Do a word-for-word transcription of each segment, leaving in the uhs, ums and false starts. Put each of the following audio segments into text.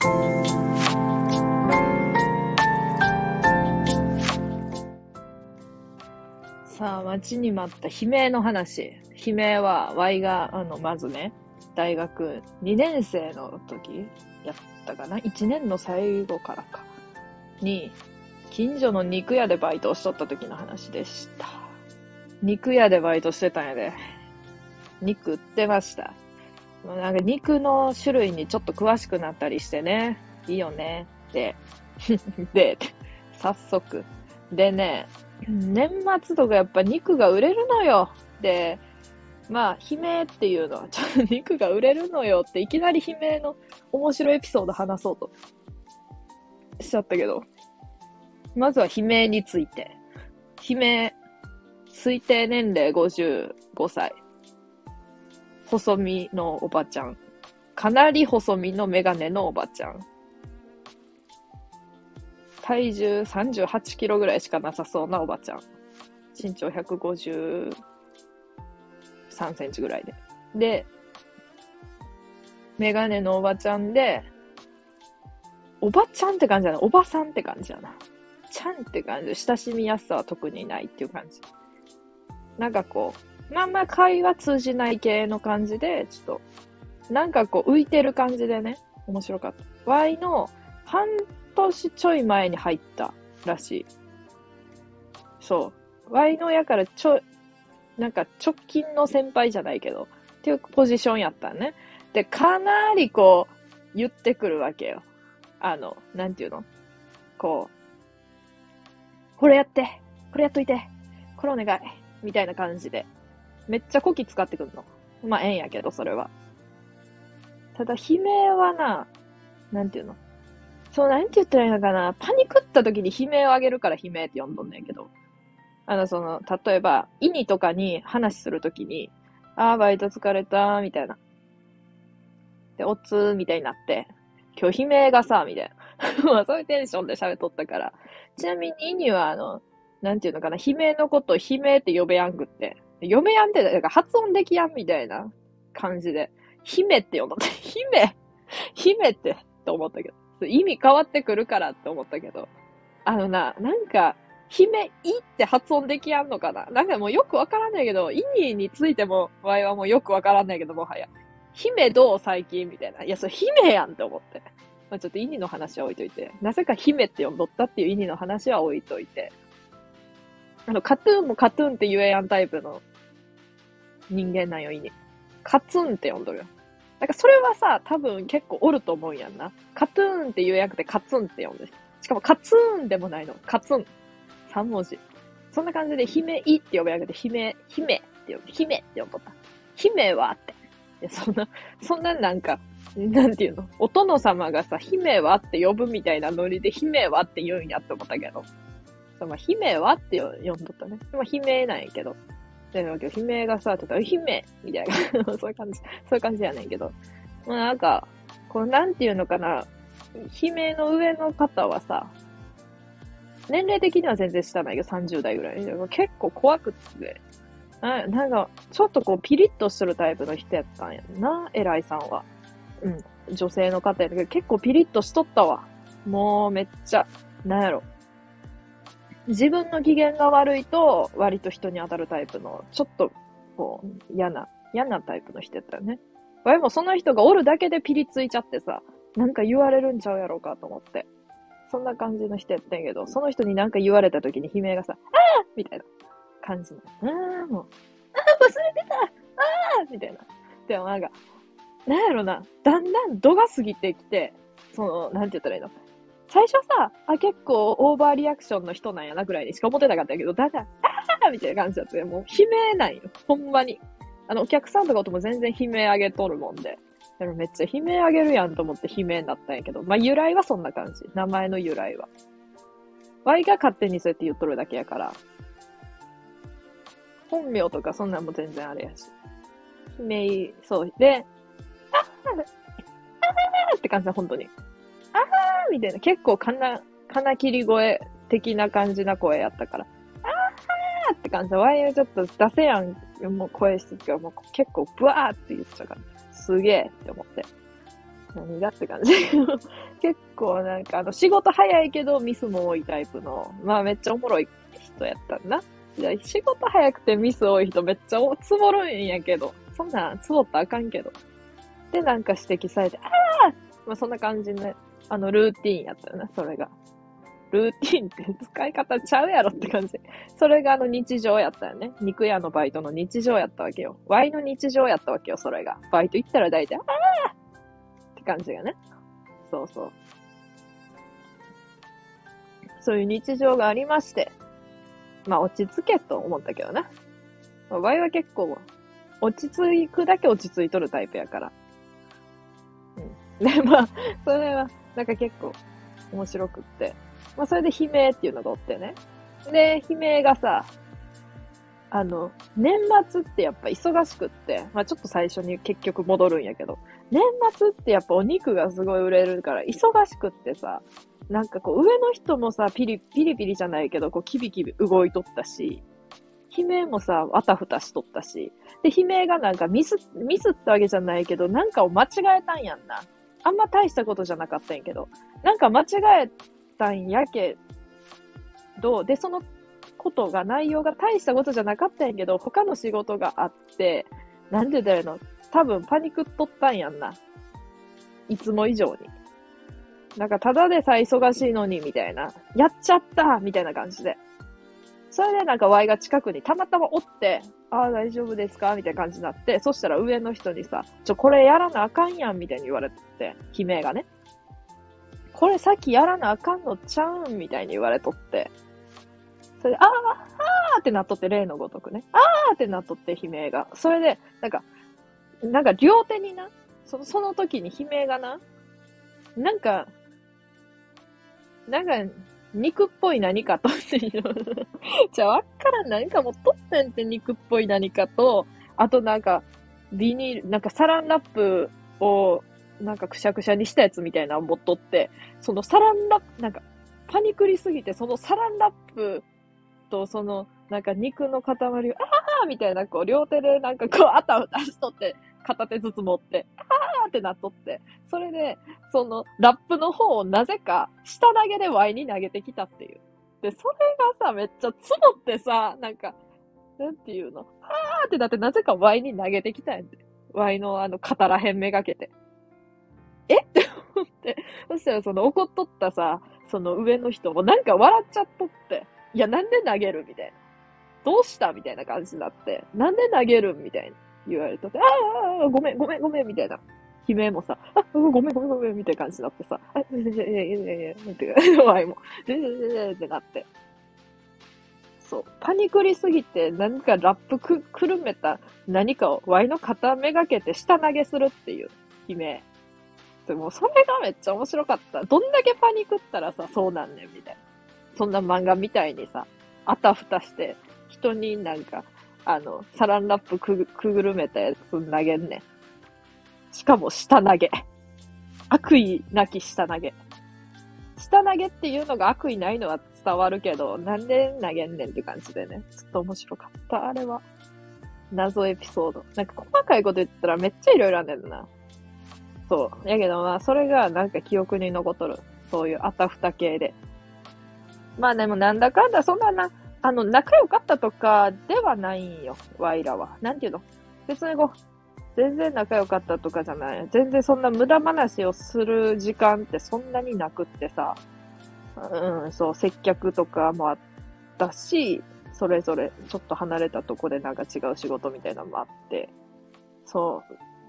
さあ、待ちに待った悲鳴の話。悲鳴は、Y が、あの、まずね、大学にねん生の時やったかな ?いち 年の最後からか。に、近所の肉屋でバイトをしとった時の話でした。肉屋でバイトしてたんやで。肉売ってました。なんか肉の種類にちょっと詳しくなったりしてね。いいよね。で、で、早速。でね、年末とかやっぱ肉が売れるのよ。で、まあ、悲鳴っていうのは、ちょっと肉が売れるのよっていきなり悲鳴の面白いエピソード話そうとしちゃったけど、まずは悲鳴について。悲鳴、推定年齢ごじゅうごさい。細身のおばちゃん。かなり細身のメガネのおばちゃん。体重さんじゅうはちキロぐらいしかなさそうなおばちゃん。身長ひゃくごじゅうさんセンチぐらいで。で、メガネのおばちゃんで、おばちゃんって感じじゃない。おばさんって感じじゃない。ちゃんって感じで、親しみやすさは特にないっていう感じ。なんかこう、まあまあ会話通じない系の感じで、ちょっと、なんかこう浮いてる感じでね、面白かった。Y の半年ちょい前に入ったらしい。そう。Y のやからちょ、なんか直近の先輩じゃないけど、っていうポジションやったね。で、かなりこう、言ってくるわけよ。あの、なんていうのこう、これやって、これやっといて、これお願い、みたいな感じで。めっちゃこき使ってくんの。まあ、ええんやけど、それは。ただ、悲鳴はな、なんていうのそう、なんて言ったらいいのかな。パニクった時に悲鳴を上げるから悲鳴って呼んどんねんけど。あの、その、例えば、意味とかに話するときに、あー、バイト疲れた、みたいな。で、おつー、みたいになって、今日悲鳴がさ、みたいな。まあ、そういうテンションで喋っとったから。ちなみに、意味は、あの、なんていうのかな、悲鳴のことを悲鳴って呼べやんくって。呼べやんって、なんか発音できやんみたいな感じで、姫って呼んだって、姫姫って、と思ったけど。意味変わってくるからって思ったけど。あのな、なんか、姫いって発音できやんのかななんかもうよくわからないけど、意味についても、わいはもうよくわからないけど、もはや。姫どう最近みたいな。いや、それ姫やんって思って。まあ、ちょっと意味の話は置いといて。なぜか姫って呼んどったっていう意味の話は置いといて。あの、カトゥーンもカトゥーンって言えやんタイプの人間なんよ、意味。カツンって呼んどるよ。だからそれはさ、多分結構おると思うんやんな。カトゥーンって言えやくてカツンって呼んでる。しかもカツーンでもないの。カツン。三文字。そんな感じで、姫いって呼べやけて、姫、姫って呼ぶ。姫って呼んとった。姫はって。いや、そんな、そんななんか、なんていうのお殿様がさ、姫はって呼ぶみたいなノリで、姫はって言うんやって思ったけど。そうまあ、姫はって呼んどったね。まあ、姫なんやけど。で、なんか姫がさ、ちょっと、姫みたいな。そういう感じ、そういう感じやねんけど。まあ、なんか、こう、なんていうのかな。姫の上の方はさ、年齢的には全然下ないけど、さんじゅう代ぐらい。結構怖くって。ななんか、ちょっとこう、ピリッとするタイプの人やったんやんな、偉いさんは。うん。女性の方やったけど、結構ピリッとしとったわ。もうめっちゃ、なんやろ。自分の機嫌が悪いと、割と人に当たるタイプの、ちょっと、こう、嫌な、嫌なタイプの人やったよね。わいもその人がおるだけでピリついちゃってさ、なんか言われるんちゃうやろうかと思って。そんな感じの人やったんやけど、その人になんか言われた時に悲鳴がさ、あーみたいな感じの。あーもう、あー忘れてたあーみたいな。でもなんか、なんやろな、だんだん度が過ぎてきて、その、なんて言ったらいいの最初さ、あ、結構オーバーリアクションの人なんやなぐらいにしか思ってなかったけど、だんだん、あーみたいな感じだって、もう悲鳴ないよ。ほんまに。あの、お客さんとかとも全然悲鳴上げとるもんで。でもめっちゃ悲鳴上げるやんと思って悲鳴になったんやけど、まあ、由来はそんな感じ。名前の由来は。Y が勝手にそうやって言っとるだけやから。本名とかそんなんも全然あれやし。悲鳴、そう。で、あーあーって感じだ、本当に。あーみたいな。結構かな、金切り声的な感じな声やったから。あーって感じで、Y はちょっと出せやん、もう声してるけど、もう結構ブワーって言っちゃうから。すげーって思って。 何がって感じ。結構なんかあの仕事早いけどミスも多いタイプの、まあめっちゃおもろい人やったんだな。いや、仕事早くてミス多い人めっちゃおつぼるんやけど、そんなんつぼったらあかんけど。で、なんか指摘されて、ああまあそんな感じね。あのルーティーンやったよな、それが。ルーティーンって使い方ちゃうやろって感じ。それがあの日常やったよね。肉屋のバイトの日常やったわけよ。ワイの日常やったわけよ、それが。バイト行ったら大体、ああって感じがね。そうそう。そういう日常がありまして。まあ落ち着けと思ったけどね。ワイは結構、落ち着くだけ落ち着いとるタイプやから。うん。で、まあ、それは、なんか結構面白くって。まあそれで悲鳴っていうのがおってね。で、悲鳴がさ、あの、年末ってやっぱ忙しくって、まあちょっと最初に結局戻るんやけど、年末ってやっぱお肉がすごい売れるから忙しくってさ、なんかこう上の人もさ、ピリ、ピリピリじゃないけど、こうキビキビ動いとったし、悲鳴もさ、あたふたしとったし、で、悲鳴がなんかミス、ミスったわけじゃないけど、なんかを間違えたんやんな。あんま大したことじゃなかったんやけど、なんか間違えたんやけど、で、そのことが、内容が大したことじゃなかったんやけど、他の仕事があって、なんでだよの、多分パニクっとったんやんな。いつも以上に。なんか、ただでさえ忙しいのに、みたいな。やっちゃったみたいな感じで。それでなんか Y が近くにたまたまおって、ああ、大丈夫ですかみたいな感じになって、そしたら上の人にさ、ちょ、これやらなあかんやんみたいに言われて、悲鳴がね。これさっきやらなあかんのちゃうんみたいに言われとって。それで、ああ、あーってなっとって、例のごとくね。あーってなっとって、悲鳴が。それで、なんか、なんか両手にな、その、その時に悲鳴がな、なんか、なんか、肉っぽい何かとっていう。じゃあ、わっからん何か持っとってんって肉っぽい何かと、あとなんか、ビニール、なんかサランラップを、なんかくしゃくしゃにしたやつみたいなの持っとって、そのサランラップ、なんか、パニクりすぎて、そのサランラップと、その、なんか肉の塊を、あーみたいな、こう、両手でなんかこう、あたふたしとって、片手ずつ持って、あーってなっとって、それで、その、ラップの方をなぜか、下投げでワイに投げてきたっていう。で、それがさ、めっちゃつぼってさ、なんか、なんていうの、あーってなって、なぜかワイに投げてきたんやで。ワイのあの、肩らへんめがけて。えって思って、そしたらその怒っとったさ、その上の人もなんか笑っちゃっとって、いや、なんで投げるみたいな。どうしたみたいな感じになって、なんで投げるみたいな言われとって、ああ、ごめん、ごめん、ごめん、みたいな。悲鳴もさ、あ、ごめん、ごめん、ごめん、みたいな感じになってさ、あ、いやいやいやいやいやいや、ってか、ワイも、いやいやいやいやってなって。そう。パニクりすぎて、何かラップく、くるめた何かをワイの肩めがけて下投げするっていう悲鳴。でも、それがめっちゃ面白かった。どんだけパニクったらさ、そうなんねん、みたいな。そんな漫画みたいにさ、あたふたして、人になんか、あの、サランラップくぐ、くぐるめたやつ投げんねん。しかも下投げ。悪意なき下投げ。下投げっていうのが悪意ないのは伝わるけど、なんで投げんねんって感じでね。ちょっと面白かった、あれは。謎エピソード。なんか細かいこと言ったらめっちゃいろいろあんねんな。そう。やけどまあ、それがなんか記憶に残っとる。そういうあたふた系で。まあでもなんだかんだそんなな、あの、仲良かったとかではないんよ、ワイらは。なんていうの別にこう、全然仲良かったとかじゃない。全然そんな無駄話をする時間ってそんなになくってさ。うん、そう、接客とかもあったし、それぞれちょっと離れたとこでなんか違う仕事みたいなのもあって。そう。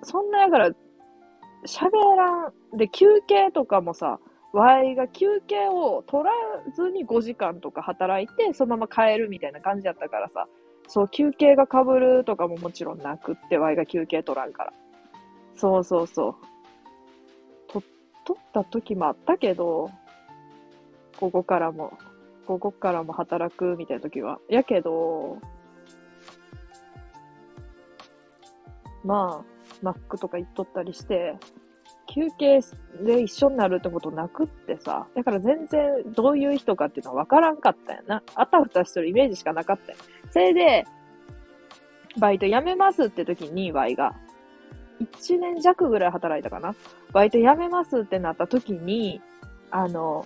そんなやから、喋らん。で、休憩とかもさ、ワイが休憩を取らずにごじかんとか働いて、そのまま帰るみたいな感じだったからさ、そう、休憩が被るとかももちろんなくって、ワイが休憩取らんから。そうそうそう。と、取った時もあったけど、ここからも、ここからも働くみたいな時は。やけど、まあ、マックとか行っとったりして、休憩で一緒になるってことなくってさ。だから全然どういう人かっていうのは分からんかったよな。あたふたしてるイメージしかなかったよ。それで、バイト辞めますって時に、ワイが。 いちねん弱ぐらい働いたかな。バイト辞めますってなった時に、あの、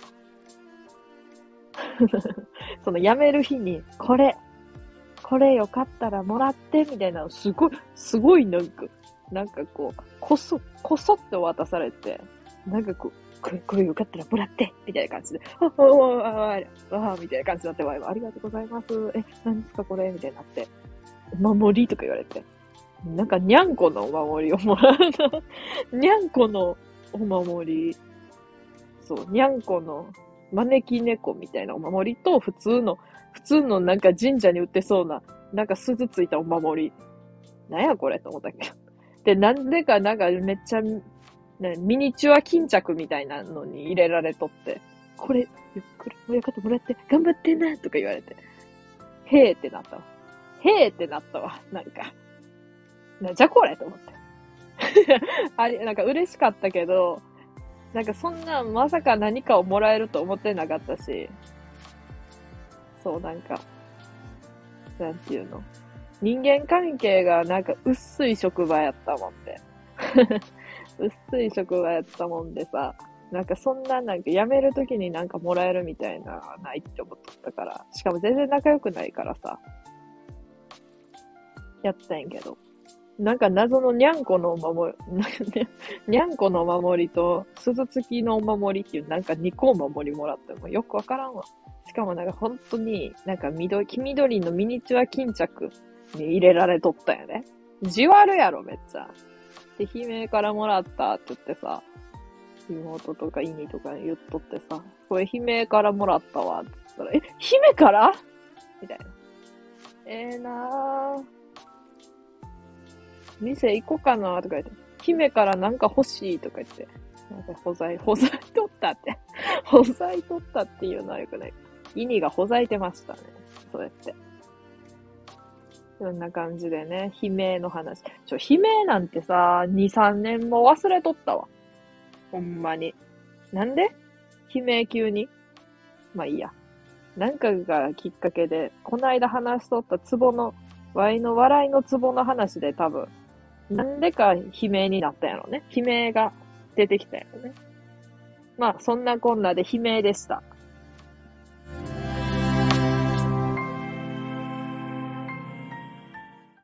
その辞める日に、これ、これよかったらもらって、みたいなの、すごい、すごいなんか、なんかこう、こそ、こそって渡されて、なんかこう、これ、これよかったらもらって、みたいな感じで、あ、あ、あ、あ、あ、あ、みたいな感じになって、わありがとうございます。え、何ですかこれみたいになって、お守りとか言われて、なんか、にゃんこのお守りをもらうの。にゃんこのお守り。そう、にゃんこの招き猫みたいなお守りと、普通の、普通のなんか神社に売ってそうな、なんか鈴ついたお守り。なんやこれと思ったけど。で、なんでかなんかめっちゃ、ね、ミニチュア巾着みたいなのに入れられとって、これ、ゆっくり親方もらって、頑張ってなとか言われて、へーってなったわ。へーってなったわ。なんか。なんじゃこれと思って。あれ、なんか嬉しかったけど、なんかそんな、まさか何かをもらえると思ってなかったし、そう、なんか、なんていうの。人間関係がなんか薄い職場やったもんで。薄い職場やったもんでさ、なんかそんななんか辞めるときになんかもらえるみたいなないって思っとったから、しかも全然仲良くないからさ、やったんやけど。なんか謎のにゃんこのお守り、にゃんこのお守りと鈴付きのお守りっていうなんかにこお守りもらってもよくわからんわ。しかもなんか本当になんか緑、黄緑のミニチュア巾着に入れられとったよね。じわるやろ、めっちゃ。で、姫からもらったって言ってさ、妹とかイニとか言っとってさ、これ姫からもらったわって言ったら、え、姫からみたいな。ええー、なぁ。店行こうかなとか言って、姫からなんか欲しいとか言って、なんか保材、保材取ったって。保材取ったっていうのはよくない。イニがほざいてましたね。そうやって。そんな感じでね、悲鳴の話。ちょ、悲鳴なんてさ、に、さんねんも忘れとったわ。ほんまに。なんで悲鳴急にまあいいや。なんかがきっかけで、こないだ話しとったツボの、ワイの笑いのツボの話で多分、なんでか悲鳴になったんやろね。悲鳴が出てきたんやろね。まあ、そんなこんなで悲鳴でした。